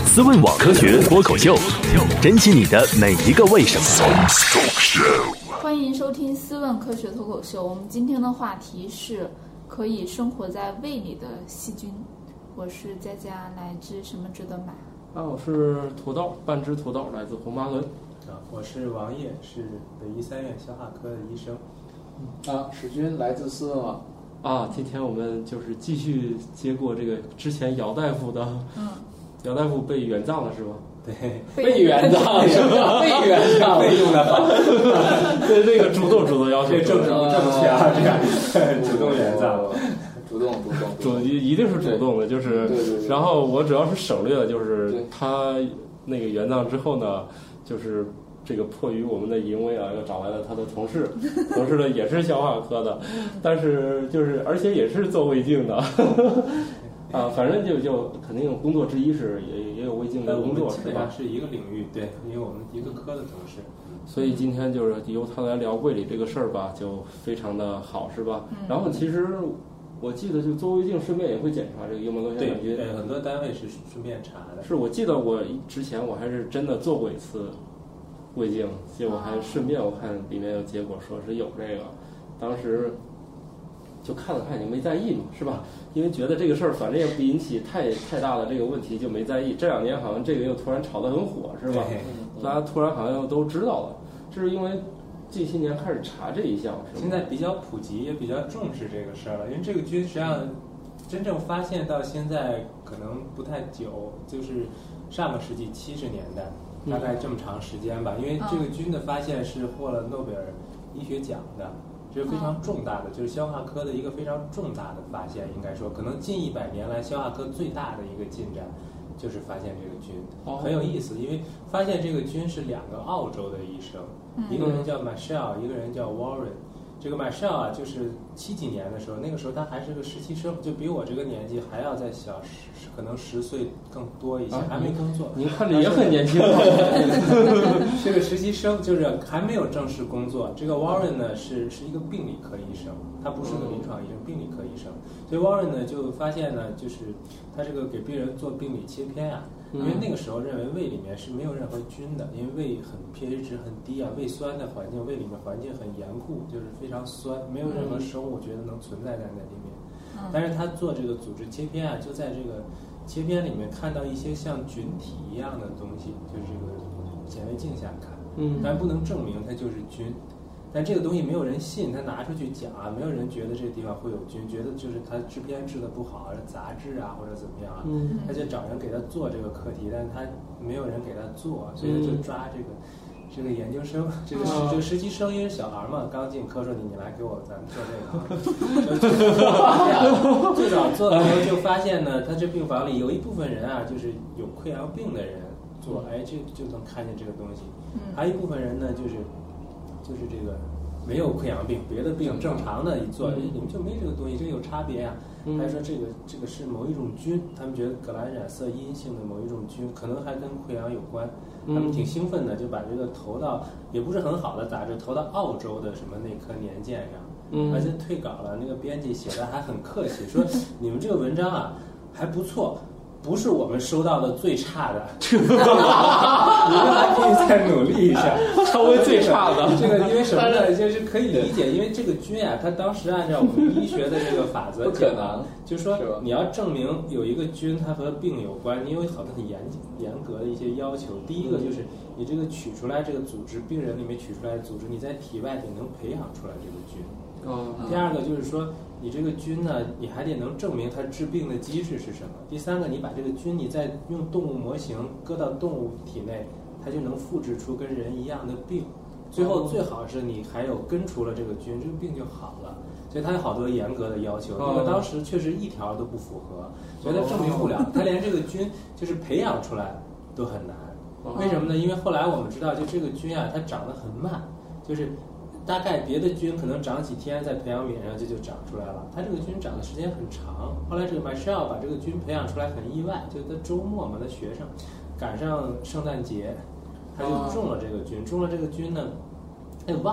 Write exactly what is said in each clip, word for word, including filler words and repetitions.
思问网科学脱口秀，珍惜你的每一个为什么。 欢迎收听思问科学脱口秀。我们今天的话题是可以生活在胃里的细菌。我是佳佳，来自什么值得买？ 啊，我是土豆，半只土豆，来自红麻伦。 啊，我是王烨，是北医三院消化科的医生。 啊，史军来自思问网。 啊，今天我们就是继续接过这个之前姚大夫的， 嗯， 姚大夫被援葬了是吧？ 对， 被援葬是吧？被援葬， 被用的好。 对，这个主动主动要求， 这正正正确啊，这样主动援葬。 主动主动主一定是主动的，就是， 对对对， 然后我主要是省略了，就是他那个援葬之后呢，就是这个迫于我们的淫威啊，又找来了他的同事，同事呢也是消化科的，但是就是而且也是做胃镜的，啊，反正就就肯定工作之一是也也有胃镜的工作， 基本上是一个领域，对，因为我们一个科的同事。 所以今天就是由他来聊胃里这个事儿吧，就非常的好，是吧？然后其实。我记得就做胃镜，顺便也会检查这个幽门螺旋杆菌。 对，很多单位是顺便查的。 是我记得我之前我还是真的做过一次胃镜，结果还顺便我看里面有结果说是有这个，当时就看了看也没在意嘛，是吧？因为觉得这个事儿反正也不引起太太大的这个问题，就没在意。这两年好像这个又突然炒得很火，是吧？大家突然好像又都知道了，这是因为。近些年开始查这一项， 现在比较普及，也比较重视这个事儿了。因为这个菌实际上真正发现到现在可能不太久，就是上个世纪七十年代，大概这么长时间吧。因为这个菌的发现是获了诺贝尔医学奖的，这是非常重大的，就是消化科的一个非常重大的发现。应该说，可能近一百年来消化科最大的一个进展。就是发现这个菌很有意思，因为发现这个菌是两个澳洲的医生，一个人叫 Michelle， 一个人叫 Warren。这个 Michelle 啊，就是七几年的时候，那个时候他还是个实习生，就比我这个年纪还要再小十，可能十岁更多一些，还没工作。 您看着也很年轻， 是个实习生，就是还没有正式工作。这个 Warren 呢是是一个病理科医生，他不是个临床医生，病理科医生。所以 Warren 呢就发现呢，就是他这个给病人做病理切片啊。因为那个时候认为胃里面是没有任何菌的，因为胃很 pH 值很低啊，胃酸的环境，胃里面环境很严酷，就是非常酸，没有任何生物觉得能存在在那里面。但是他做这个组织切片啊，就在这个切片里面看到一些像菌体一样的东西，就是这个显微镜下看，嗯，但不能证明它就是菌。但这个东西没有人信，他拿出去讲啊，没有人觉得这个地方会有菌，觉得就是他制片制的不好，杂质啊或者怎么样啊，嗯、他就找人给他做这个课题，但是他没有人给他做，所以他就抓这个、嗯、这个研究生，这个、哦、这个实习生，因为小孩嘛，刚进科说你你来给我咱们做这个啊，最早做的时候就发现呢，他这病房里有一部分人啊，就是有溃疡病的人做，哎，这就能看见这个东西，还有一部分人呢，就是。就是这个没有溃疡病，别的病正常的一做，嗯、你们就没这个东西，这有差别呀、啊。他、嗯、说这个这个是某一种菌，他们觉得革兰染色阴性的某一种菌，可能还跟溃疡有关。他们挺兴奋的，就把这个投到也不是很好的杂志，投到澳洲的什么内科年鉴上，嗯、而且退稿了。那个编辑写的还很客气，说你们这个文章啊还不错。不是我们收到的最差的，你们还可以再努力一下， 稍微最差的。 这个因为什么呢？就是可以理解，因为这个菌啊，它当时按照我们医学的这个法则讲，就是说你要证明有一个菌它和病有关，你有好多很严严格的一些要求。第一个就是你这个取出来这个组织，病人里面取出来的组织，你在体外得能培养出来这个菌。 哦。 第二个就是说。你这个菌呢，你还得能证明它致病的机制是什么。第三个，你把这个菌，你再用动物模型搁到动物体内，它就能复制出跟人一样的病。最后最好是你还有根除了这个菌，这个病就好了。所以它有好多严格的要求，那个当时确实一条都不符合，所以它证明不了。它连这个菌就是培养出来都很难。为什么呢？因为后来我们知道，就这个菌啊，它长得很慢，就是。大概别的菌可能长几天，在培养皿上就就长出来了。它这个菌长的时间很长。后来这个 Michelle 把这个菌培养出来很意外，就在周末嘛，他学生赶上圣诞节，他就种了这个菌。种了这个菌呢，他就忘了，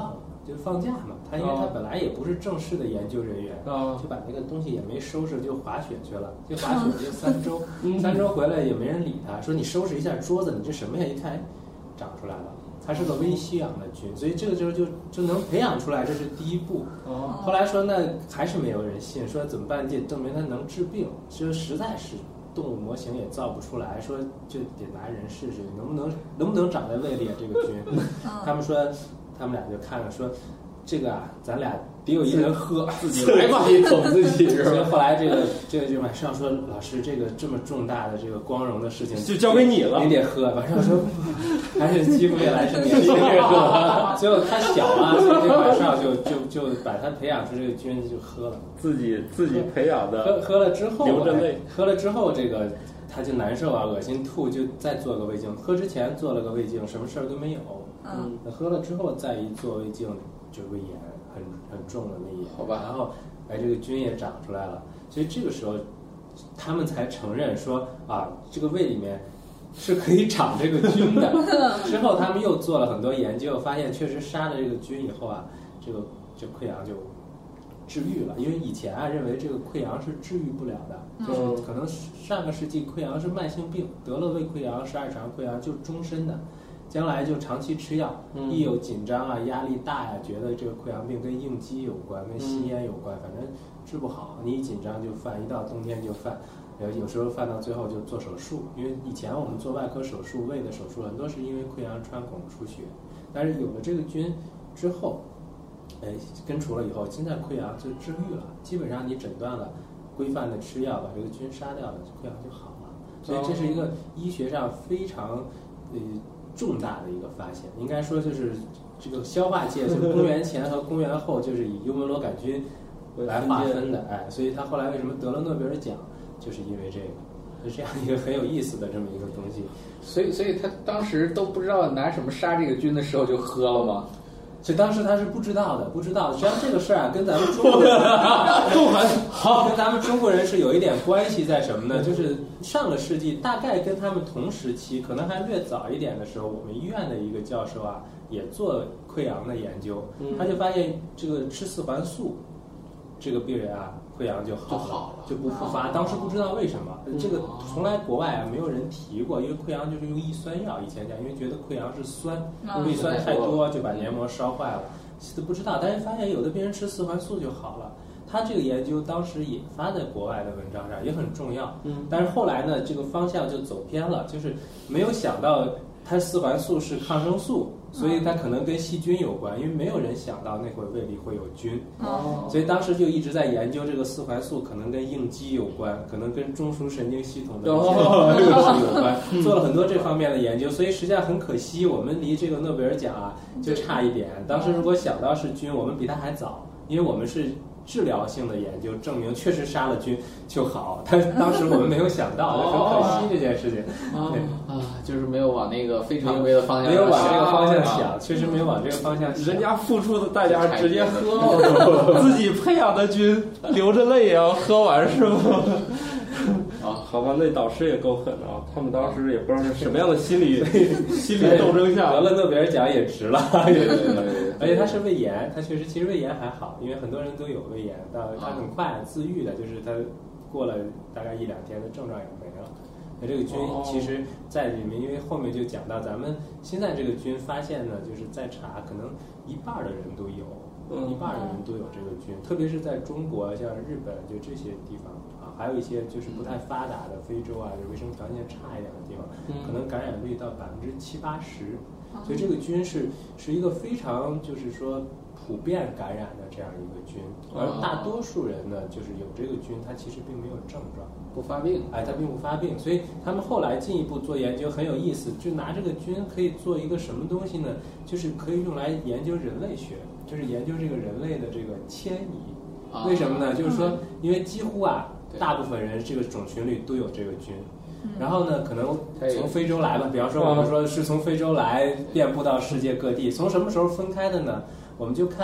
就放假嘛，他因为他本来也不是正式的研究人员， 啊， 就把那个东西也没收拾，就滑雪去了，就滑雪就三周，三周回来也没人理他，说你收拾一下桌子，你这什么呀？一看，长出来了，它是个微吸氧的菌，所以这个时候就就能培养出来，这是第一步。 哦， 后来说那还是没有人信，说怎么办？这证明它能治病，就实在是动物模型也造不出来，说就得拿人试试，能不能能不能长在胃里啊？这个菌，他们说。他们俩就看了说，这个啊，咱俩得有一人喝， 自己来吧，自己捅自己是吧？ 所以后来这个这个就马上说，老师，这个这么重大的这个光荣的事情就交给你了， 你得喝。马上说，还是机会越来是年轻越多。最后他小啊，所以这马上就就就把他培养出这个菌就喝了， 自己自己培养的。 喝喝了之后， 流着泪， 喝了之后这个他就难受啊，恶心吐，就再做个胃镜。喝之前做了个胃镜，什么事儿都没有。嗯，喝了之后再一做胃镜，就胃炎很很重的胃炎， 好吧。 然后哎，这个菌也长出来了，所以这个时候他们才承认说啊，这个胃里面是可以长这个菌的。之后他们又做了很多研究，发现确实杀了这个菌以后啊，这个这溃疡就治愈了。因为以前啊认为这个溃疡是治愈不了的，就是可能上个世纪溃疡是慢性病，得了胃溃疡、十二肠溃疡就终身的。将来就长期吃药，嗯、一有紧张啊、压力大呀、啊，觉得这个溃疡病跟应激有关，跟吸烟有关，反正治不好。你一紧张就犯，一到冬天就犯，有有时候犯到最后就做手术。因为以前我们做外科手术、胃的手术，很多是因为溃疡穿孔出血，但是有了这个菌之后，哎，根除了以后，现在溃疡就治愈了。基本上你诊断了，规范的吃药把这个菌杀掉了，溃疡就好了。所以这是一个医学上非常呃。重大的一个发现，应该说就是这个消化界，就是公元前和公元后，就是以幽门螺杆菌来划分的，哎，所以他后来为什么得了诺贝尔奖，就是因为这个，是这样一个很有意思的这么一个东西。 所以，所以他当时都不知道拿什么杀这个菌的时候就喝了吗？ 所以当时他是不知道的，不知道。实际上这个事儿啊，跟咱们中国人都很好，跟咱们中国人是有一点关系在什么呢？就是上个世纪，大概跟他们同时期，可能还略早一点的时候，我们医院的一个教授啊，也做溃疡的研究，他就发现这个吃四环素，这个病人啊，溃疡就好了， 就好了， 就不复发。当时不知道为什么，这个从来国外啊没有人提过，因为溃疡就是用抑酸药，以前讲，因为觉得溃疡是酸，胃酸太多就把黏膜烧坏了，都不知道。但是发现有的病人吃四环素就好了。他这个研究当时也发在国外的文章上，也很重要。嗯，但是后来呢，这个方向就走偏了，就是没有想到它四环素是抗生素。所以它可能跟细菌有关，因为没有人想到那会儿胃里会有菌，哦，所以当时就一直在研究这个四环素可能跟应激有关，可能跟中枢神经系统的这个有关，做了很多这方面的研究。所以实际上很可惜，我们离这个诺贝尔奖啊就差一点。当时如果想到是菌，我们比他还早，因为我们是治疗性的研究，证明确实杀了菌就好。但是当时我们没有想到，很可惜这件事情。 对啊，就是没有往那个非常规的方向， 没有往这个方向想，确实没有往这个方向想。 人家付出的代价直接喝了，自己培养的菌流着泪也要喝完是吗？啊，好吧，那导师也够狠的啊！他们当时也不知道是什么样的心理心理斗争下， 得了诺贝尔奖也值了。而且他是胃炎，他确实其实胃炎还好，因为很多人都有胃炎，到他很快自愈的，就是他过了大概一两天的症状也没了。那这个菌其实在里面，因为后面就讲到咱们现在这个菌发现呢，就是在查，可能一半的人都有，一半的人都有这个菌，特别是在中国，像日本就这些地方啊，还有一些就是不太发达的非洲啊，就卫生条件差一点的地方，可能感染率到百分之七八十。所以这个菌是是一个非常就是说普遍感染的这样一个菌，而大多数人呢，就是有这个菌，它其实并没有症状， 不发病， 哎，它并不发病。所以他们后来进一步做研究很有意思，就拿这个菌可以做一个什么东西呢？就是可以用来研究人类学，就是研究这个人类的这个迁移。为什么呢？就是说，因为几乎啊，大部分人这个种群里都有这个菌。然后呢，可能从非洲来吧，比方说我们说是从非洲来，遍布到世界各地。从什么时候分开的呢？我们就看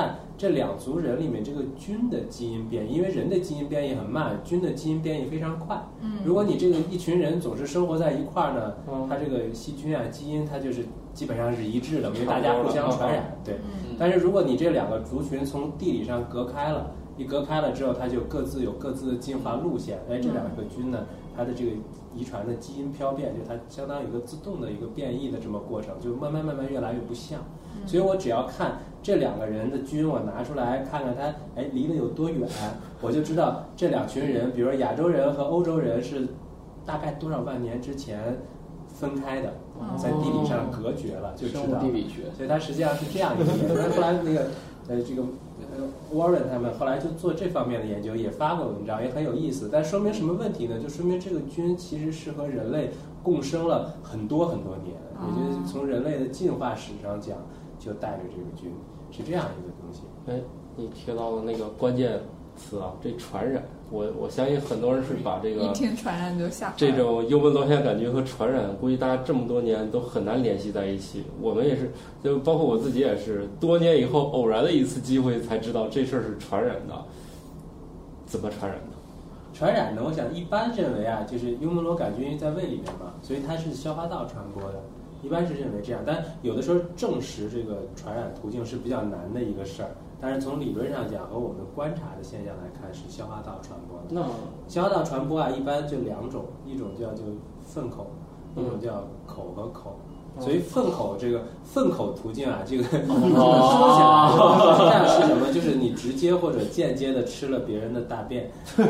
这两族人里面这个菌的基因变异，因为人的基因变异很慢，菌的基因变异非常快。 嗯， 如果你这个一群人总是生活在一块儿呢，嗯、它这个细菌啊基因它就是基本上是一致的，因为大家互相传染。对， 嗯、 但是如果你这两个族群从地理上隔开了，一隔开了之后，它就各自有各自的进化路线。哎，这两个菌呢，它的这个遗传的基因漂变，就它相当于一个自动的一个变异的这么过程，就慢慢慢慢越来越不像。所以我只要看这两个人的菌，我拿出来看看它，哎，离得有多远，我就知道这两群人，比如说亚洲人和欧洲人是大概多少万年之前分开的，在地理上隔绝了，就知道。 生物地理学。 所以它实际上是这样一个研究。但是后来那个呃这个呃 Warren 他们后来就做这方面的研究，也发过文章，也很有意思。但说明什么问题呢？就说明这个菌其实是和人类共生了很多很多年，也就是从人类的进化史上讲。就带着这个菌，是这样一个东西。 哎，你提到了那个关键词啊，这传染，我我相信很多人是把这个一听传染就吓。 这种幽门螺旋杆菌和传染，估计大家这么多年都很难联系在一起。我们也是，就包括我自己也是，多年以后偶然的一次机会才知道这事儿是传染的。怎么传染的？ 传染呢？我想一般认为啊，就是幽门螺杆菌在胃里面嘛，所以它是消化道传播的。一般是认为这样，但有的时候证实这个传染途径是比较难的一个事儿。但是从理论上讲和我们观察的现象来看，是消化道传播的。 那消化道传播啊，一般就两种，一种叫就粪口，一种叫口和口。所以粪口这个粪口途径啊，这个、说起来这样是什么？就是你直接或者间接的吃了别人的大便。说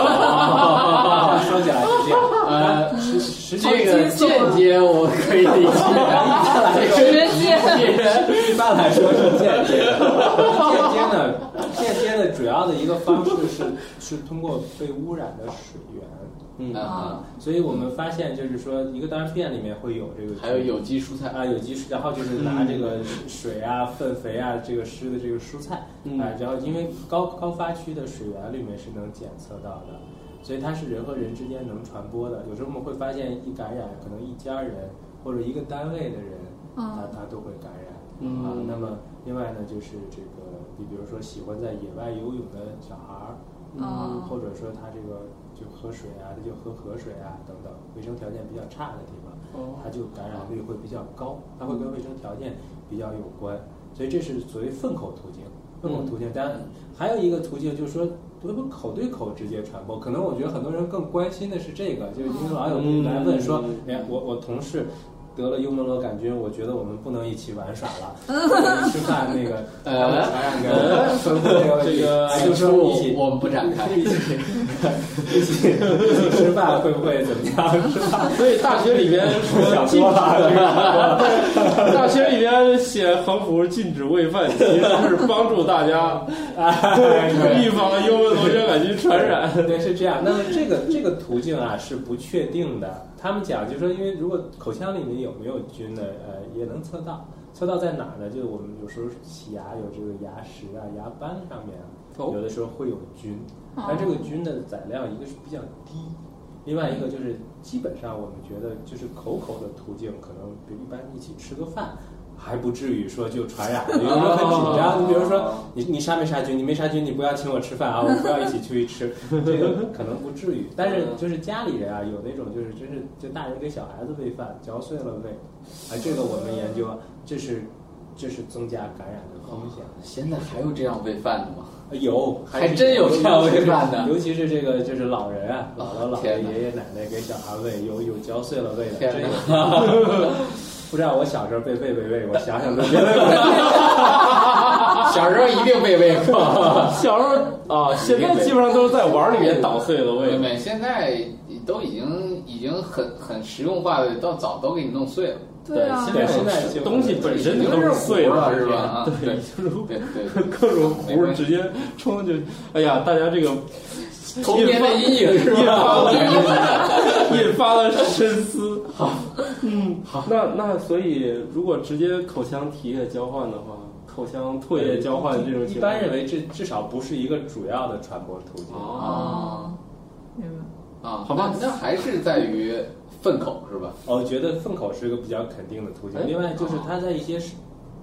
起来是这样，呃，实实际这个间接我可以理解， 直接一般来说是间接的。间接呢，间接的主要的一个方式是是通过被污染的水源。嗯啊，所以我们发现就是说，一个当然便里面会有这个， 还有有机蔬菜啊，有机，然后就是拿这个水啊、粪肥啊、这个湿的这个蔬菜啊，然后因为高高发区的水源里面是能检测到的，所以它是人和人之间能传播的。有时候我们会发现一感染，可能一家人或者一个单位的人，他他都会感染啊。那么另外呢，就是这个，你比如说喜欢在野外游泳的小孩儿。嗯，或者说他这个就喝水啊，他就喝河水啊等等，卫生条件比较差的地方，他就感染率会比较高，它会跟卫生条件比较有关，所以这是所谓粪口途径。粪口途径，当然还有一个途径就是说，不不口对口直接传播。可能我觉得很多人更关心的是这个，就是因为老有来问说，哎，我我同事。得了幽门螺杆菌，我觉得我们不能一起玩耍了。吃饭那个，呃，传染给分布这个问题，就说一起， 我们不展开， 一起一起一起吃饭会不会怎么样？是吧？ 所以大学里边说禁止，大学里边写横幅禁止喂饭，其实是帮助大家预防幽门螺旋杆菌传染。 对，是这样。那么这个这个途径啊是不确定的。他们讲就是说，因为如果口腔里面有没有菌呢，呃，也能测到。测到在哪儿呢？就是我们有时候洗牙有这个牙石啊、牙斑上面啊，有的时候会有菌。但这个菌的载量一个是比较低，另外一个就是基本上我们觉得就是口口的途径，可能比如一般一起吃个饭。还不至于说就传染了，有时候很紧张。你比如说，你你杀没杀菌？你没杀菌，你不要请我吃饭啊！我们不要一起出去吃，这个可能不至于。但是就是家里人啊，有那种就是真是就大人给小孩子喂饭，嚼碎了喂，啊，这个我们研究，这是这是增加感染的风险。 现在还有这样喂饭的吗？ 有， 还真有这样喂饭的， 尤其是这个就是老人啊，姥姥姥爷爷爷奶奶给小孩喂，有有嚼碎了喂的，真有。不知道我小时候被喂喂喂，我想想都觉得小时候一定被喂过。 小时候啊，现在基本上都是在碗里面捣碎了喂。 没，现在都已经已经很很实用化的，到早都给你弄碎了。 对啊， 现在现在东西本身都是碎了，是吧？ 对，就是各种糊直接冲就，哎呀，大家这个。 童年的阴影是吧？ 引发了引发了深思。好，嗯，好。那那所以，如果直接口腔体液交换的话，口腔唾液交换这种情况， 一般认为这至少不是一个主要的传播途径。 哦，明白啊？好吧，那还是在于粪口是吧？ 哦，我觉得粪口是一个比较肯定的途径。另外就是它在一些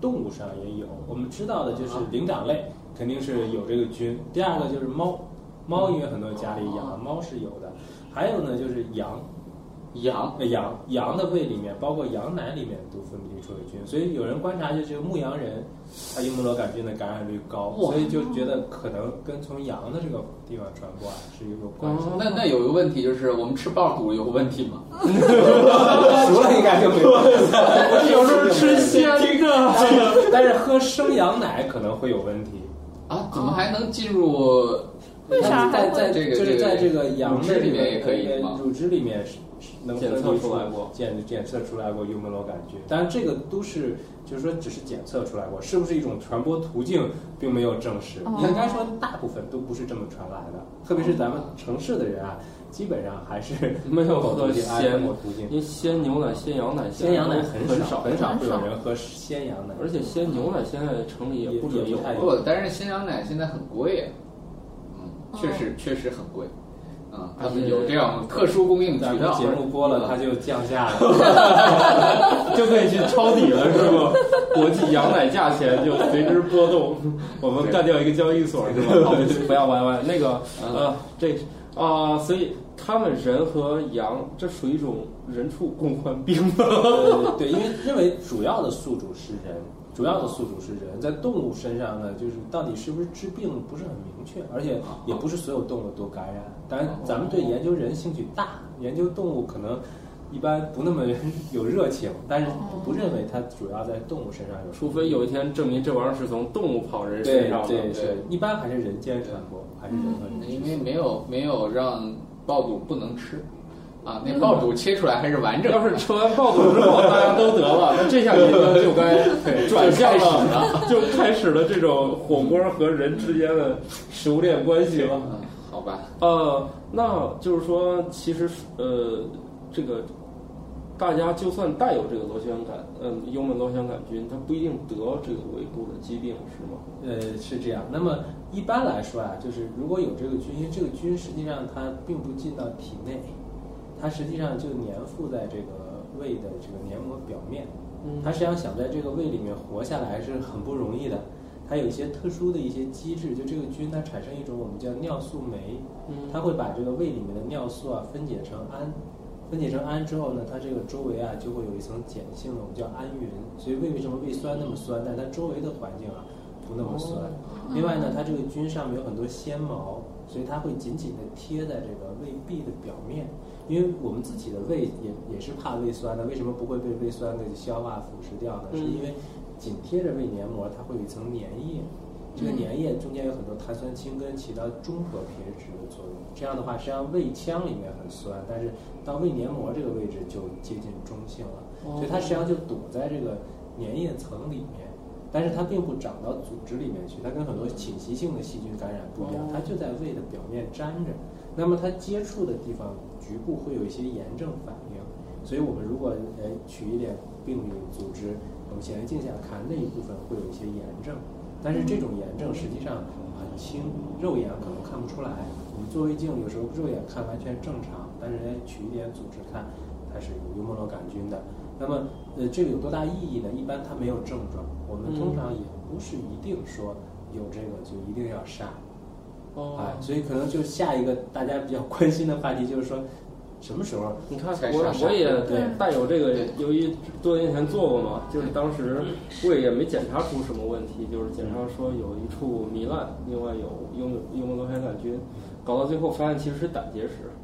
动物上也有。我们知道的就是灵长类肯定是有这个菌，第二个就是猫，猫因为很多家里养猫是有的，还有呢就是羊。 羊羊羊的胃里面，包括羊奶里面都分泌出有菌，所以有人观察就这个牧羊人，他幽门螺杆菌的感染率高，所以就觉得可能跟从羊的这个地方传播啊是有关系。 那那有一个问题就是，我们吃爆肚有问题吗？ 熟了应该就没有。 我有时候吃鲜的， 但是喝生羊奶可能会有问题啊？怎么还能进入？ 为啥在在这个就是在这个羊乳汁里面也可以吗？ 乳汁里面是能检测出来过， 检检测出来过幽门螺杆菌，当然这个都是就是说只是检测出来过，是不是一种传播途径并没有证实。 哦、 应该说大部分都不是这么传来的，特别是咱们城市的人啊，基本上还是没有喝鲜途径， 因为鲜牛奶、鲜羊奶、 鲜羊奶很少很少会有人喝鲜羊奶， 而且鲜牛奶现在城里也不准有。 不，但是鲜羊奶现在很贵啊。确实确实很贵，啊，他们有这样特殊供应渠道。 节目播了，它就降价了， 就可以去抄底了，是吧？国际羊奶价钱就随之波动，我们干掉一个交易所，是吧？不要歪歪。那个呃，这啊、呃，所以他们人和羊，这属于一种人畜共患病吗？ 呃、对，因为认为主要的宿主是人。主要的宿主是人，在动物身上呢，就是到底是不是治病不是很明确，而且也不是所有动物都感染。当然，咱们对研究人兴趣大，研究动物可能一般不那么有热情，但是不认为它主要在动物身上有。 除非有一天证明这玩意儿是从动物跑人身上的， 对对对，一般还是人间传播，还是人和人。 因为没有没有让爆肚不能吃。啊，那爆肚切出来还是完整。 要是吃完爆肚之后大家都得了，那这项研究就该转向了，就开始了这种火锅和人之间的食物链关系了。 嗯，好吧。 呃，那就是说，其实呃，这个大家就算带有这个螺旋杆，嗯，幽门螺旋杆菌，它不一定得这个胃部的疾病，是吗？ 呃，是这样。那么一般来说啊，就是如果有这个菌，因为这个菌实际上它并不进到体内。它实际上就粘附在这个胃的这个黏膜表面，它实际上想在这个胃里面活下来是很不容易的。它有一些特殊的一些机制，就这个菌它产生一种我们叫尿素酶，它会把这个胃里面的尿素啊分解成氨，分解成氨之后呢，它这个周围啊就会有一层碱性的我们叫氨云，所以胃为什么胃酸那么酸，但它周围的环境啊不那么酸。另外呢，它这个菌上面有很多纤毛，所以它会紧紧地贴在这个胃壁的表面。因为我们自己的胃也也是怕胃酸的，为什么不会被胃酸的消化腐蚀掉呢？是因为紧贴着胃黏膜，它会有一层粘液，这个粘液中间有很多碳酸氢根，起到中和 pH 的作用。这样的话，实际上胃腔里面很酸，但是到胃黏膜这个位置就接近中性了，所以它实际上就躲在这个粘液层里面。但是它并不长到组织里面去，它跟很多侵袭性的细菌感染不一样，它就在胃的表面粘着。那么它接触的地方局部会有一些炎症反应，所以我们如果呃取一点病理组织，我们显微镜下看那一部分会有一些炎症，但是这种炎症实际上很轻，肉眼可能看不出来。我们做胃镜有时候肉眼看完全正常，但是取一点组织看，它是有幽门螺杆菌的。那么呃，这个有多大意义呢？一般它没有症状，我们通常也不是一定说有这个就一定要杀。 哦， 啊，所以可能就下一个大家比较关心的话题就是说，什么时候？ 你看我我也带有这个，由于多年前做过嘛，就是当时胃也没检查出什么问题，就是检查说有一处糜烂，另外有幽门幽门螺旋杆菌，搞到最后发现其实是胆结石。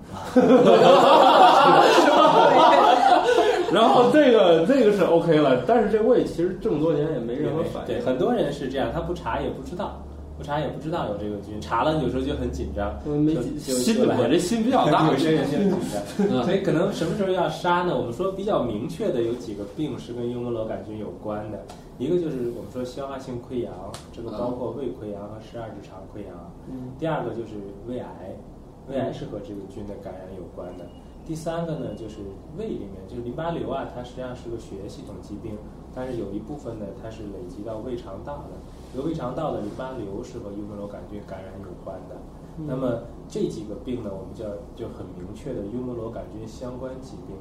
然后这个这个是 OK 了，但是这胃其实这么多年也没任何反应。 对，很多人是这样，他不查也不知道。不查也不知道有这个菌，查了有时候就很紧张， 没心我这心比较大， 有些人就紧张，所以可能什么时候要杀呢？我们说比较明确的有几个病是跟幽门螺杆菌有关的，一个就是我们说消化性溃疡，这个包括胃溃疡和十二指肠溃疡，嗯，第二个就是胃癌，胃癌是和这个菌的感染有关的，第三个呢就是胃里面就是淋巴瘤啊，它实际上是个血液系统疾病，但是有一部分呢它是累积到胃肠道的。这个胃肠道的淋巴瘤是和幽门螺杆菌感染有关的，嗯、那么这几个病呢，我们叫就很明确的幽门螺杆菌相关疾病。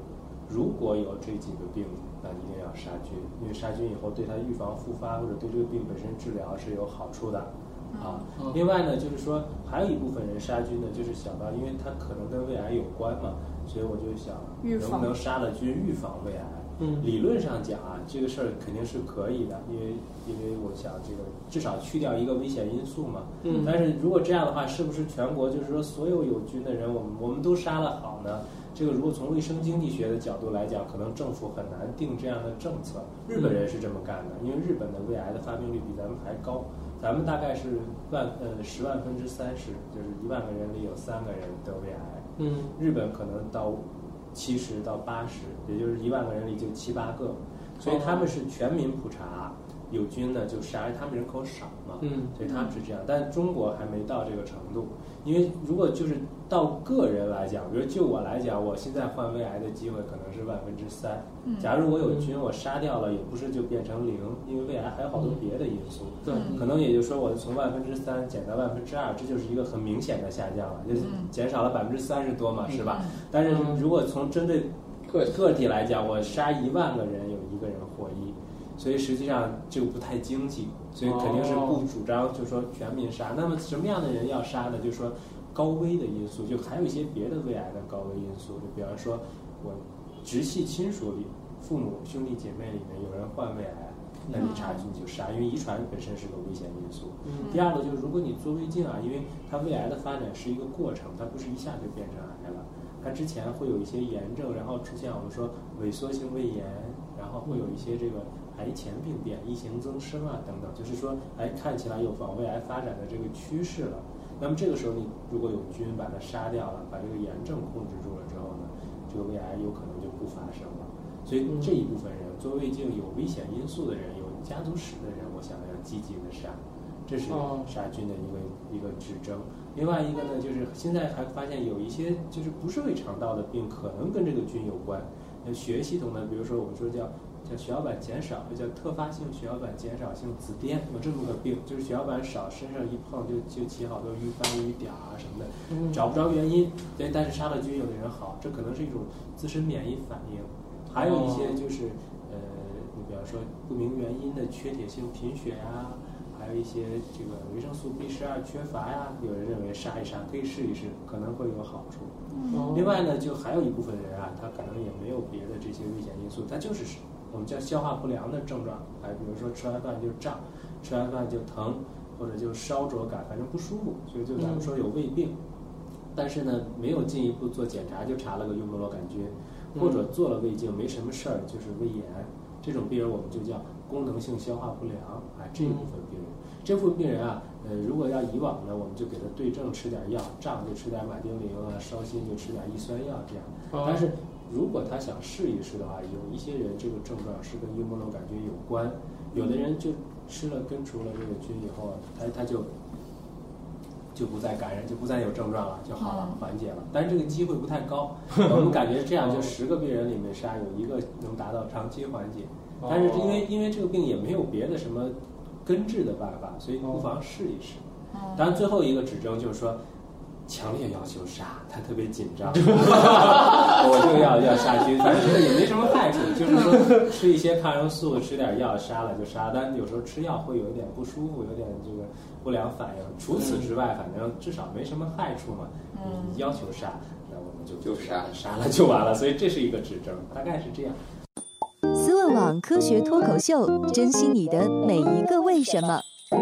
如果有这几个病，那一定要杀菌，因为杀菌以后对它预防复发或者对这个病本身治疗是有好处的。啊，另外呢，就是说还有一部分人杀菌呢，就是想到，因为它可能跟胃癌有关嘛，所以我就想能不能杀了菌预防胃癌。嗯，理论上讲啊，这个事儿肯定是可以的，因为因为我想这个至少去掉一个危险因素嘛。嗯，但是如果这样的话，是不是全国就是说所有有菌的人，我们我们都杀了好呢？这个如果从卫生经济学的角度来讲，可能政府很难定这样的政策。日本人是这么干的，因为日本的胃癌的发病率比咱们还高。咱们大概是万呃十万分之三十，就是一万个人里有三个人得胃癌。嗯，日本可能到七十到八十，也就是一万个人里就七八个，所以他们是全民普查，有菌呢就杀，他们人口少嘛。嗯，所以他们是这样，但中国还没到这个程度。因为如果就是到个人来讲，比如就我来讲，我现在患胃癌的机会可能是万分之三。假如我有菌，我杀掉了，也不是就变成零，因为胃癌还有好多别的因素。对，可能也就是说，我从万分之三减到万分之二，这就是一个很明显的下降了，就减少了百分之三十多嘛，是吧？但是如果从针对个个体来讲，我杀一万个人，有一个人获益。所以实际上这个不太经济，所以肯定是不主张就是说全民杀。那么什么样的人要杀呢？就是说高危的因素，就还有一些别的胃癌的高危因素，就比方说我直系亲属里，父母兄弟姐妹里面有人患胃癌，那你查菌就杀，因为遗传本身是个危险因素。嗯、第二个就是如果你做胃镜啊，因为它胃癌的发展是一个过程，它不是一下就变成癌了，它之前会有一些炎症，然后出现我们说萎缩性胃炎，然后会有一些这个癌前病变、异型增生啊等等，就是说，哎，看起来有往胃癌发展的这个趋势了。那么这个时候，你如果有菌把它杀掉了，把这个炎症控制住了之后呢，这个胃癌有可能就不发生了。所以这一部分人做胃镜有危险因素的人、有家族史的人，我想要积极的杀，这是杀菌的一个一个指征。另外一个呢，就是现在还发现有一些就是不是胃肠道的病，可能跟这个菌有关。血液系统呢，比如说我们说叫。叫血小板减少，又叫特发性血小板减少性紫癜，有这么个病，就是血小板少，身上一碰就就起好多瘀斑、瘀点啊什么的，嗯、找不着原因。对，但是杀了菌，有的人好，这可能是一种自身免疫反应。还有一些就是，呃，你比方说不明原因的缺铁性贫血呀、啊，还有一些这个维生素 B 十二缺乏呀、啊，有人认为杀一杀可以试一试，可能会有好处。嗯、另外呢，就还有一部分人啊，他可能也没有别的这些危险因素，他就是我们叫消化不良的症状，哎，比如说吃完饭就胀，吃完饭就疼，或者就烧灼感，反正不舒服，所以就咱们说有胃病。嗯、但是呢，没有进一步做检查就查了个幽门螺杆菌，或者做了胃镜没什么事儿，就是胃炎，这种病人我们就叫功能性消化不良啊，这一部分病人。这部分病人啊，呃，如果要以往呢，我们就给他对症吃点药，胀就吃点马丁啉啊，烧心就吃点抑酸药这样。但是如果他想试一试的话，有一些人这个症状是跟幽门螺杆菌有关，有的人就吃了根除了这个菌以后，他他就就不再感染，就不再有症状了，就好了，缓解了。但是这个机会不太高，我们感觉这样就十个病人里面杀有一个能达到长期缓解。但是因为因为这个病也没有别的什么根治的办法，所以不妨试一试。当然最后一个指征就是说，强烈要求杀，他特别紧张，我就要要杀菌，反正这个也没什么害处，就是说吃一些抗生素，吃点药杀了就杀，但有时候吃药会有一点不舒服，有点这个不良反应。除此之外，反正至少没什么害处嘛。你要求杀，那我们就就杀杀了就完了。所以这是一个指征，大概是这样。 思问网科学脱口秀，珍惜你的每一个为什么。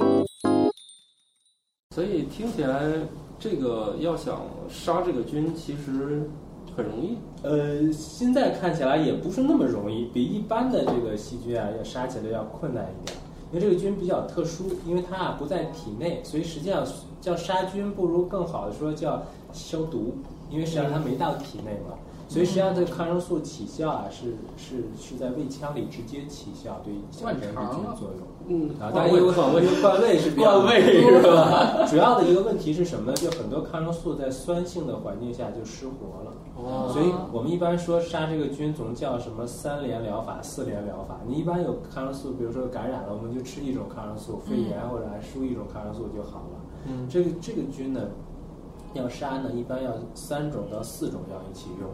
所以听起来，这个要想杀这个菌，其实很容易。 呃，现在看起来也不是那么容易，比一般的这个细菌啊，要杀起来要困难一点。因为这个菌比较特殊，因为它啊不在体内，所以实际上叫杀菌，不如更好的说叫消毒，因为实际上它没到体内嘛。所以实际上这个抗生素起效啊，是是是在胃腔里直接起效，对小肠菌作用。嗯，啊，当然因为换胃换胃是比较换胃是吧？ 主要的一个问题是什么呢？就很多抗生素在酸性的环境下就失活了。哦。所以我们一般说杀这个菌总叫什么三联疗法、四联疗法。你一般有抗生素，比如说感染了，我们就吃一种抗生素，肺炎或者还输一种抗生素就好了。嗯。这个这个菌呢，要杀呢，一般要三种到四种药一起用。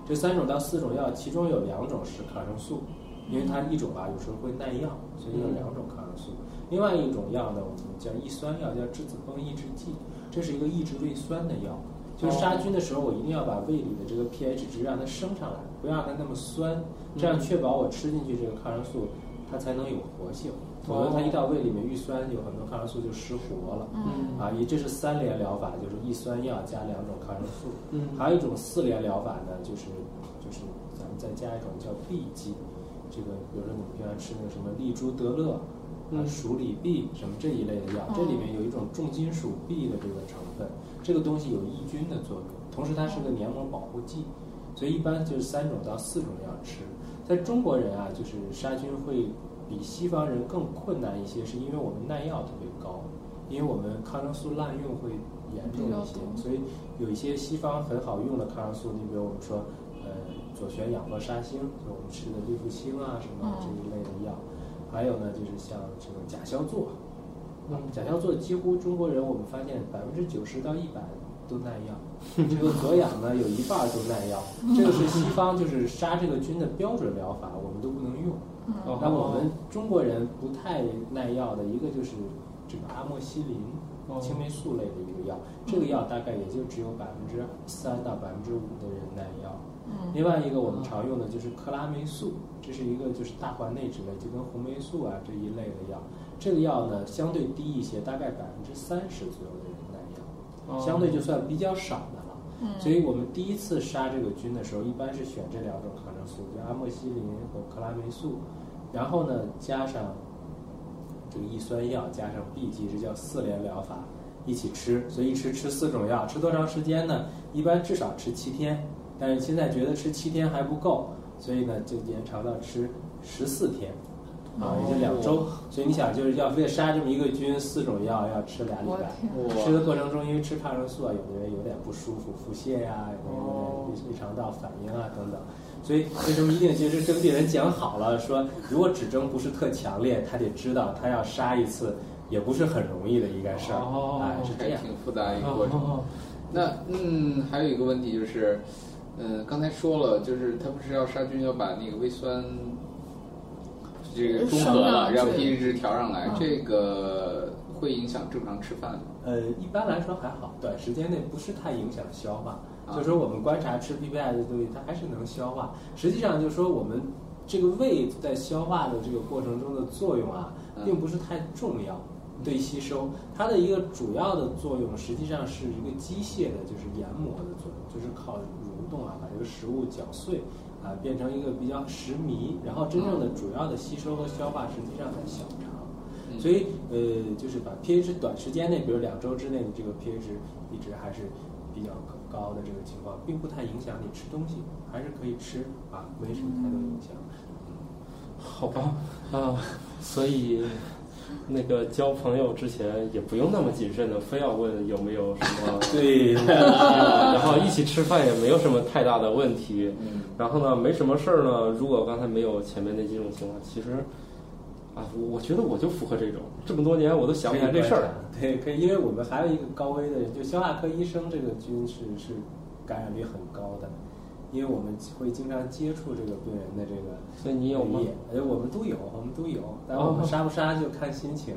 这三种到四种药，其中有两种是抗生素，因为它一种啊有时候会耐药，所以有两种抗生素。另外一种药呢，我们叫抑酸药，叫质子泵抑制剂，这是一个抑制胃酸的药。就是杀菌的时候，我一定要把胃里的这个 pH 值让它升上来，不要让它那么酸，这样确保我吃进去这个抗生素它才能有活性。否则它一到胃里面遇酸，有很多抗生素就失活了。嗯啊，也这是三联疗法，就是抑酸药加两种抗生素。嗯，还有一种四联疗法呢，就是就是咱们再加一种叫 B 剂，这个比如说你们平常吃那个什么利珠德乐。啊，鼠李 B 什么这一类的药，这里面有一种重金属 B 的这个成分，这个东西有抑菌的作用，同时它是个黏膜保护剂，所以一般就是三种到四种药吃。在中国人啊，就是杀菌会比西方人更困难一些，是因为我们耐药特别高，因为我们抗生素滥用会严重一些，所以有一些西方很好用的抗生素，你比如我们说，呃，左旋氧合沙星，就我们吃的利福清啊什么这一类的药。还有呢，就是像这个甲硝唑，嗯，甲硝唑几乎中国人我们发现百分之九十到一百都耐药，这个左氧呢有一半都耐药，这个是西方就是杀这个菌的标准疗法，我们都不能用。嗯，那我们中国人不太耐药的一个就是这个阿莫西林，青霉素类的一个药，这个药大概也就只有百分之三到百分之五的人耐药。另外一个我们常用的就是克拉霉素，这是一个就是大环内酯类，就跟红霉素啊这一类的药。这个药呢相对低一些，大概百分之三十左右的人耐药，相对就算比较少的了。所以我们第一次杀这个菌的时候，一般是选这两种抗生素，就阿莫西林和克拉霉素，然后呢加上这个抑酸药，加上 B 剂，这叫四联疗法，一起吃。所以一吃吃四种药，吃多长时间呢？一般至少吃七天。但是现在觉得吃七天还不够，所以呢就延长到吃十四天，啊，也就两周。所以你想，就是要为了杀这么一个菌，四种药要吃俩礼拜。吃的过程中，因为吃抗生素啊，有的人有点不舒服，腹泻呀、啊，有的人有点胃肠道反应啊等等。所以为什么一定就是跟病人讲好了，说如果指征不是特强烈，他得知道他要杀一次也不是很容易的一个事儿， 哦、 哎，是这样， 挺复杂一个过程。哦、那嗯，还有一个问题就是。嗯，刚才说了，就是他不是要杀菌，要把那个胃酸这个中和了，让 pH 值调上来，这个会影响正常吃饭吗？ 呃，一般来说还好，短时间内不是太影响消化。啊、就是说我们观察吃 P P I 的东西，它还是能消化。实际上就是说我们这个胃在消化的这个过程中的作用啊，并不是太重要。对吸收，它的一个主要的作用实际上是一个机械的，就是研磨的作用，就是靠蠕动啊，把这个食物搅碎啊，变成一个比较实糜，然后真正的主要的吸收和消化实际上在小肠，所以呃，就是把 pH 短时间内，比如两周之内的这个 pH 一直还是比较高的这个情况，并不太影响你吃东西，还是可以吃啊，没什么太多影响。 好吧，啊，所以。那个交朋友之前也不用那么谨慎的，非要问有没有什么对， 然后一起吃饭也没有什么太大的问题。然后呢，没什么事儿呢。如果刚才没有前面那几种情况，其实啊，我觉得我就符合这种。这么多年我都想不起来这事儿。 对，可以，因为我们还有一个高危的人，就消化科医生，这个菌是是感染率很高的。因为我们会经常接触这个病人的这个， 所以你有吗？ 呃，我们都有，我们都有，但我们杀不杀就看心情。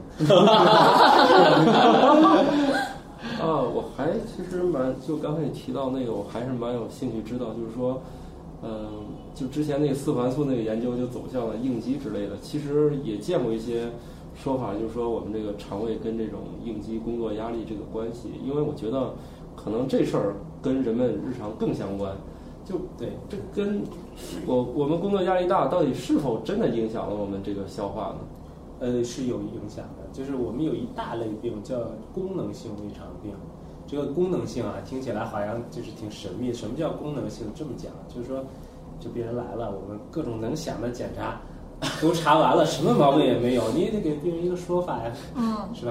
啊，我还其实蛮，就刚才你提到那个，我还是蛮有兴趣知道，就是说，嗯、呃，就之前那个四环素那个研究就走向了应激之类的，其实也见过一些说法，就是说我们这个肠胃跟这种应激工作压力这个关系，因为我觉得可能这事儿跟人们日常更相关。就对， 这跟我我们工作压力大，到底是否真的影响了我们这个消化呢？ 呃，是有影响的。就是我们有一大类病叫功能性胃肠病。这个功能性啊，听起来好像就是挺神秘。什么叫功能性？这么讲，就是说，就病人来了，我们各种能想的检查都查完了，什么毛病也没有，你也得给病人一个说法呀，嗯，是吧？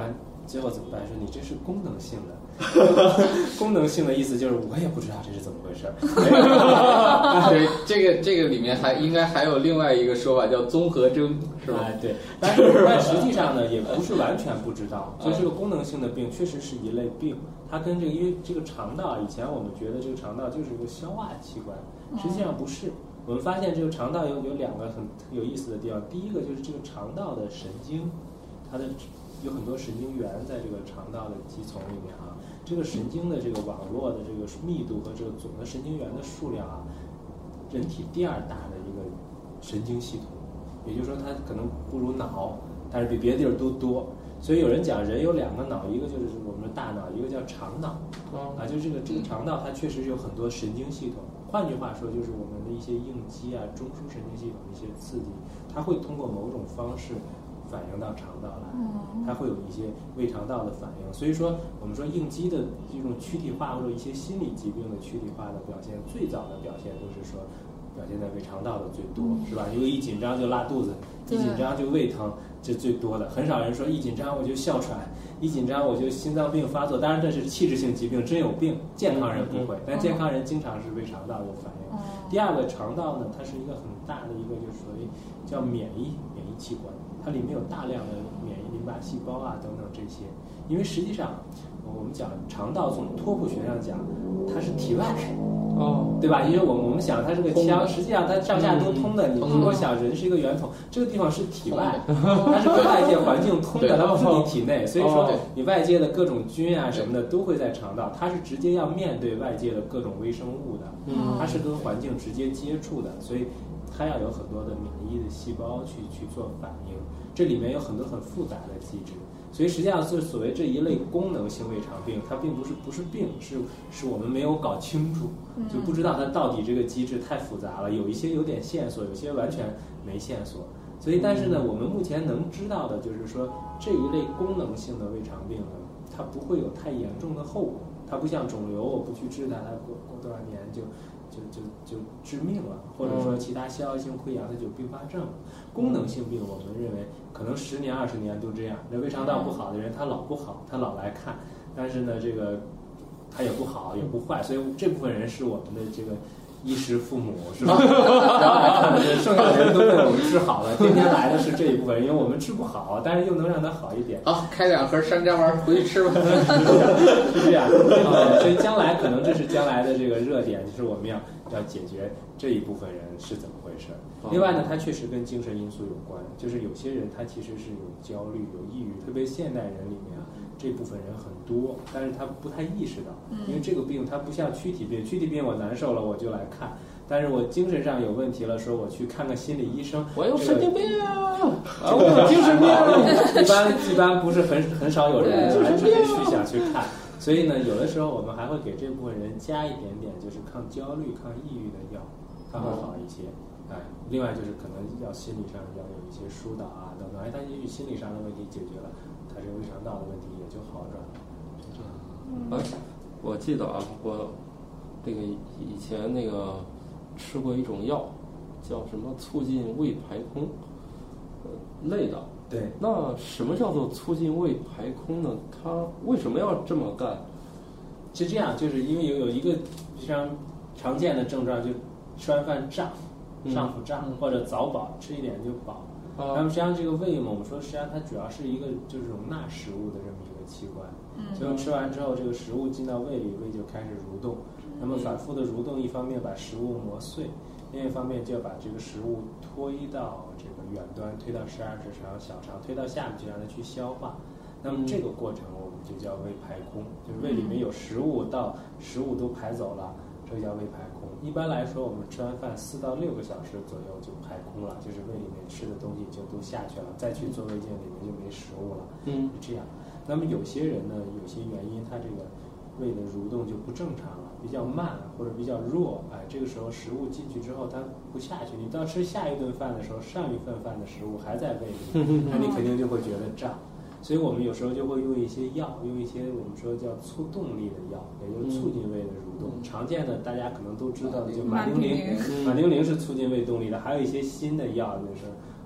最后怎么办？说你这是功能性的。功能性的意思就是我也不知道这是怎么回事。 对，这个这个里面还应该还有另外一个说法叫综合征，是吧？ 哎，对，但是但实际上呢，也不是完全不知道。就这个功能性的病确实是一类病，它跟这个因为这个肠道，以前我们觉得这个肠道就是一个消化器官，实际上不是。我们发现这个肠道有有两个很有意思的地方，第一个就是这个肠道的神经，它的有很多神经元在这个肠道的肌丛里面啊。这个神经的这个网络的这个密度和这个总的神经元的数量啊，人体第二大的一个神经系统，也就是说它可能不如脑，但是比别的地儿都多。所以有人讲人有两个脑，一个就是我们的大脑，一个叫肠脑啊，就是这个这个肠道它确实有很多神经系统。换句话说，就是我们的一些应激啊、中枢神经系统的一些刺激，它会通过某种方式反映到肠道来，它会有一些胃肠道的反应。所以说，我们说应激的这种躯体化或者一些心理疾病的躯体化的表现，最早的表现都是说表现在胃肠道的最多，是吧？因为一紧张就拉肚子，一紧张就胃疼，这最多的。很少人说一紧张我就哮喘，一紧张我就心脏病发作。当然这是器质性疾病，真有病，健康人不会，但健康人经常是胃肠道有反应。第二个，肠道呢，它是一个很大的一个就是所谓叫免疫免疫器官。它里面有大量的免疫淋巴细胞啊等等这些，因为实际上我们讲肠道从拓扑学上讲，它是体外，哦，对吧？因为我们我们想它是个腔，实际上它上下都通的。你如果想人是一个圆筒，这个地方是体外，它是跟外界环境通的，它不是你体内。所以说你外界的各种菌啊什么的都会在肠道，它是直接要面对外界的各种微生物的，它是跟环境直接接触的，所以它要有很多的免疫的细胞去去做反应，这里面有很多很复杂的机制，所以实际上是所谓这一类功能性胃肠病，它并不是不是病，是是我们没有搞清楚，就不知道它到底这个机制太复杂了，有一些有点线索，有些完全没线索。所以但是呢，我们目前能知道的就是说，这一类功能性的胃肠病呢，它不会有太严重的后果，它不像肿瘤，我不去治它，它过过多少年就就就就致命了，或者说其他消耗性溃疡它就并发症了。功能性病我们认为可能十年二十年都这样，那胃肠道不好的人他老不好，他老来看，但是呢这个他也不好也不坏，所以这部分人是我们的这个衣食父母，是吧？然后来看的剩下的人都被我们治好了，天天来的是这一部分人，因为我们治不好，但是又能让他好一点。 好，开两盒山楂丸回去吃吧。 是这样，所以将来可能这是将来的这个热点，就是我们要要解决这一部分人是怎么回事。另外呢，它确实跟精神因素有关，就是有些人他其实是有焦虑、有抑郁，特别现代人里面啊，这部分人很多，但是他不太意识到，因为这个病它不像躯体病，躯体病我难受了我就来看，但是我精神上有问题了，说我去看个心理医生， 我有神经病啊， 我有精神病，一般一般不是很很少有人还特别去想去看，所以呢，有的时候我们还会给这部分人加一点点就是抗焦虑、抗抑郁的药，它会好一些。哎，另外就是可能要心理上要有一些疏导啊等等，哎，他也许心理上的问题解决了，他这个胃肠道的问题也就好转了。 哎，我记得啊，我这个以前那个吃过一种药，叫什么促进胃排空，呃，类的。 对。 那什么叫做促进胃排空呢？它为什么要这么干？ 是这样，就是因为有有一个非常常见的症状，就吃完饭胀。上腹胀或者早饱，吃一点就饱。那么实际上这个胃嘛，我们说实际上它主要是一个就是容纳食物的这么一个器官。所以吃完之后，这个食物进到胃里，胃就开始蠕动。那么反复的蠕动，一方面把食物磨碎，另一方面就要把这个食物推到这个远端，推到十二指肠、小肠，推到下面去让它去消化。那么这个过程我们就叫胃排空，就是胃里面有食物到食物都排走了。这叫胃排空。一般来说，我们吃完饭四到六个小时左右就排空了，就是胃里面吃的东西就都下去了，再去做胃镜里面就没食物了。嗯，是这样。那么有些人呢，有些原因，他这个胃的蠕动就不正常了，比较慢或者比较弱。哎，这个时候食物进去之后，它不下去。你到吃下一顿饭的时候，上一份饭的食物还在胃里，那你肯定就会觉得胀。所以我们有时候就会用一些药，用一些我们说叫促动力的药，也就是促进胃的蠕动。嗯、常见的大家可能都知道的，就马丁啉，马丁啉是促进胃动力的。还有一些新的药，就是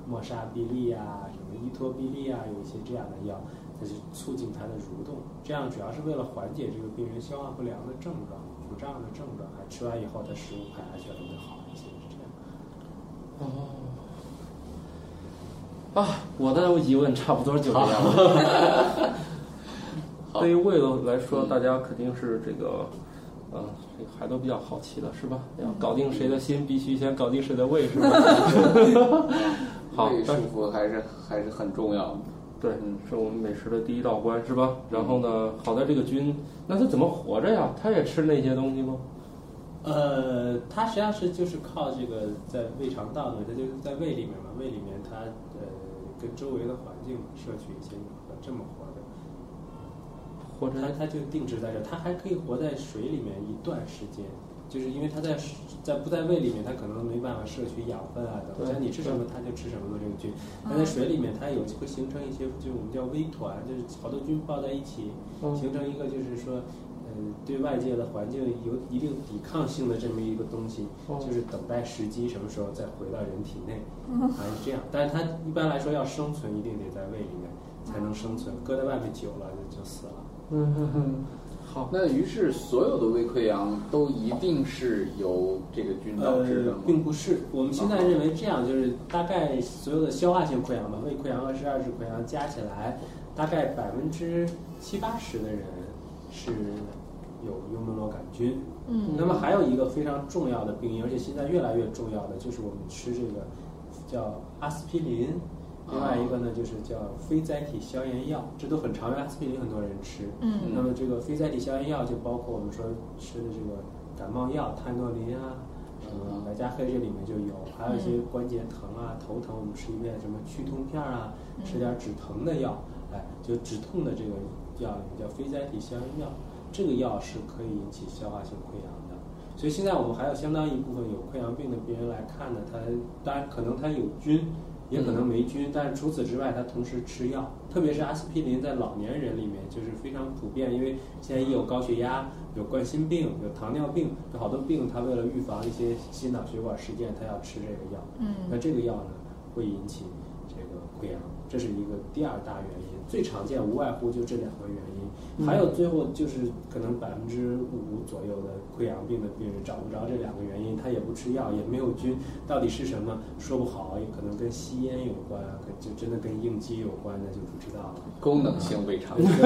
莫沙必利啊，什么伊托必利啊，有一些这样的药，它是促进它的蠕动，这样主要是为了缓解这个病人消化不良的症状、腹胀的症状，还吃完以后他食物排下去了会好一些，是这样。 哦，啊，我的疑问差不多就这样了。对于胃的来说，大家肯定是这个。嗯，这个还都比较好奇的是吧？要搞定谁的心，必须先搞定谁的胃，是吧？好， 胃舒服还是还是很重要的。 对，是我们美食的第一道关，是吧？然后呢，好在这个菌，那它怎么活着呀？它也吃那些东西吗？ 呃，它实际上是就是靠这个在胃肠道呢，它就是在胃里面嘛，胃里面它呃跟周围的环境摄取一些氧和这么活的。 活着， 它它就定植在这，它还可以活在水里面一段时间，就是因为它在在不在胃里面，它可能没办法摄取养分啊等，像你吃什么它就吃什么的这个菌。它在水里面，它有会形成一些，就我们叫微团，就是好多菌抱在一起，形成一个就是说，嗯、呃，对外界的环境有一定抵抗性的这么一个东西，就是等待时机什么时候再回到人体内，还是这样。但是它一般来说要生存，一定得在胃里面才能生存，搁在外面久了就就死了。 嗯哼哼，好。 那于是所有的胃溃疡都一定是由这个菌导致的吗？ 呃、并不是，我们现在认为这样，就是大概所有的消化性溃疡吧，胃溃疡和十二指溃疡加起来，大概百分之七八十的人是有幽门螺杆菌。嗯。那么还有一个非常重要的病因，而且现在越来越重要的就是我们吃这个叫阿司匹林。另外一个呢，就是叫非甾体消炎药，这都很常用。阿司匹林很多人吃，嗯，那么这个非甾体消炎药就包括我们说吃的这个感冒药，泰诺林啊，什么百加黑这里面就有，还有一些关节疼啊、头疼，我们吃一片什么去痛片啊，吃点止疼的药，哎，就止痛的这个药里面叫非甾体消炎药，这个药是可以引起消化性溃疡的。所以现在我们还有相当一部分有溃疡病的病人来看呢，他当然可能他有菌。也可能霉菌，但是除此之外，它同时吃药，特别是阿司匹林在老年人里面就是非常普遍，因为现在也有高血压、有冠心病、有糖尿病，有好多病，它为了预防一些心脑血管事件，它要吃这个药。嗯，那这个药呢，会引起这个溃疡，这是一个第二大原因。最常见无外乎就这两个原因，还有最后就是可能百分之五左右的溃疡病的病人找不着这两个原因，他也不吃药，也没有菌，到底是什么说不好，也可能跟吸烟有关，就真的跟应激有关，那就不知道了。 功能性胃肠病，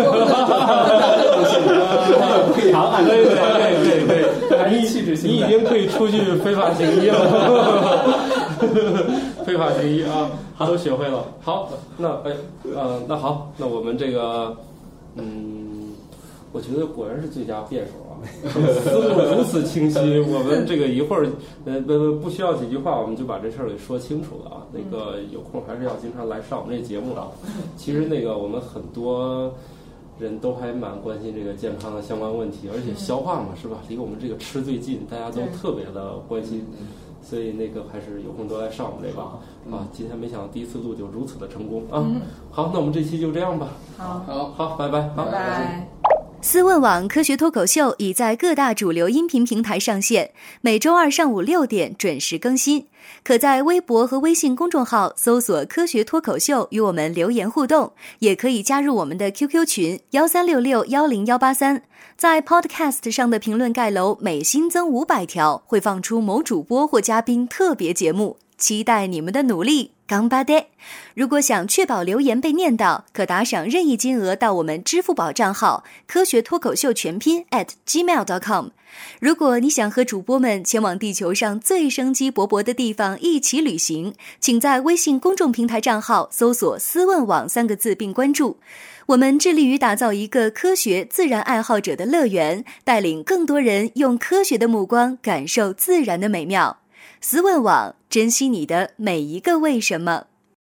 溃疡啊，对对对对对，还是气质性。 你已经可以出去非法行医了，非法行医啊，都学会了。好，那哎呃那好，那我们这个嗯，我觉得果然是最佳辩手啊，思路如此清晰。我们这个一会儿呃不不需要几句话，我们就把这事儿给说清楚了啊。那个有空还是要经常来上我们这节目啊。其实那个我们很多人都还蛮关心这个健康的相关问题，而且消化嘛是吧，离我们这个吃最近，大家都特别的关心。所以那个还是有空多来上我们这个啊！今天没想到第一次录就如此的成功啊！嗯、好，那我们这期就这样吧。 好， 好，好，拜拜， 拜拜。 思问网科学脱口秀已在各大主流音频平台上线，每周二上午六点准时更新。可在微博和微信公众号搜索科学脱口秀与我们留言互动，也可以加入我们的 Q Q 群幺三六六幺零幺八三。在 Podcast 上的评论盖楼每新增五百条，会放出某主播或嘉宾特别节目，期待你们的努力。干巴爹！如果想确保留言被念到，可打赏任意金额到我们支付宝账号科学脱口秀全拼 at gmail dot com。如果你想和主播们前往地球上最生机勃勃的地方一起旅行，请在微信公众平台账号搜索思问网三个字并关注。我们致力于打造一个科学自然爱好者的乐园，带领更多人用科学的目光感受自然的美妙。思问网，珍惜你的每一个为什么。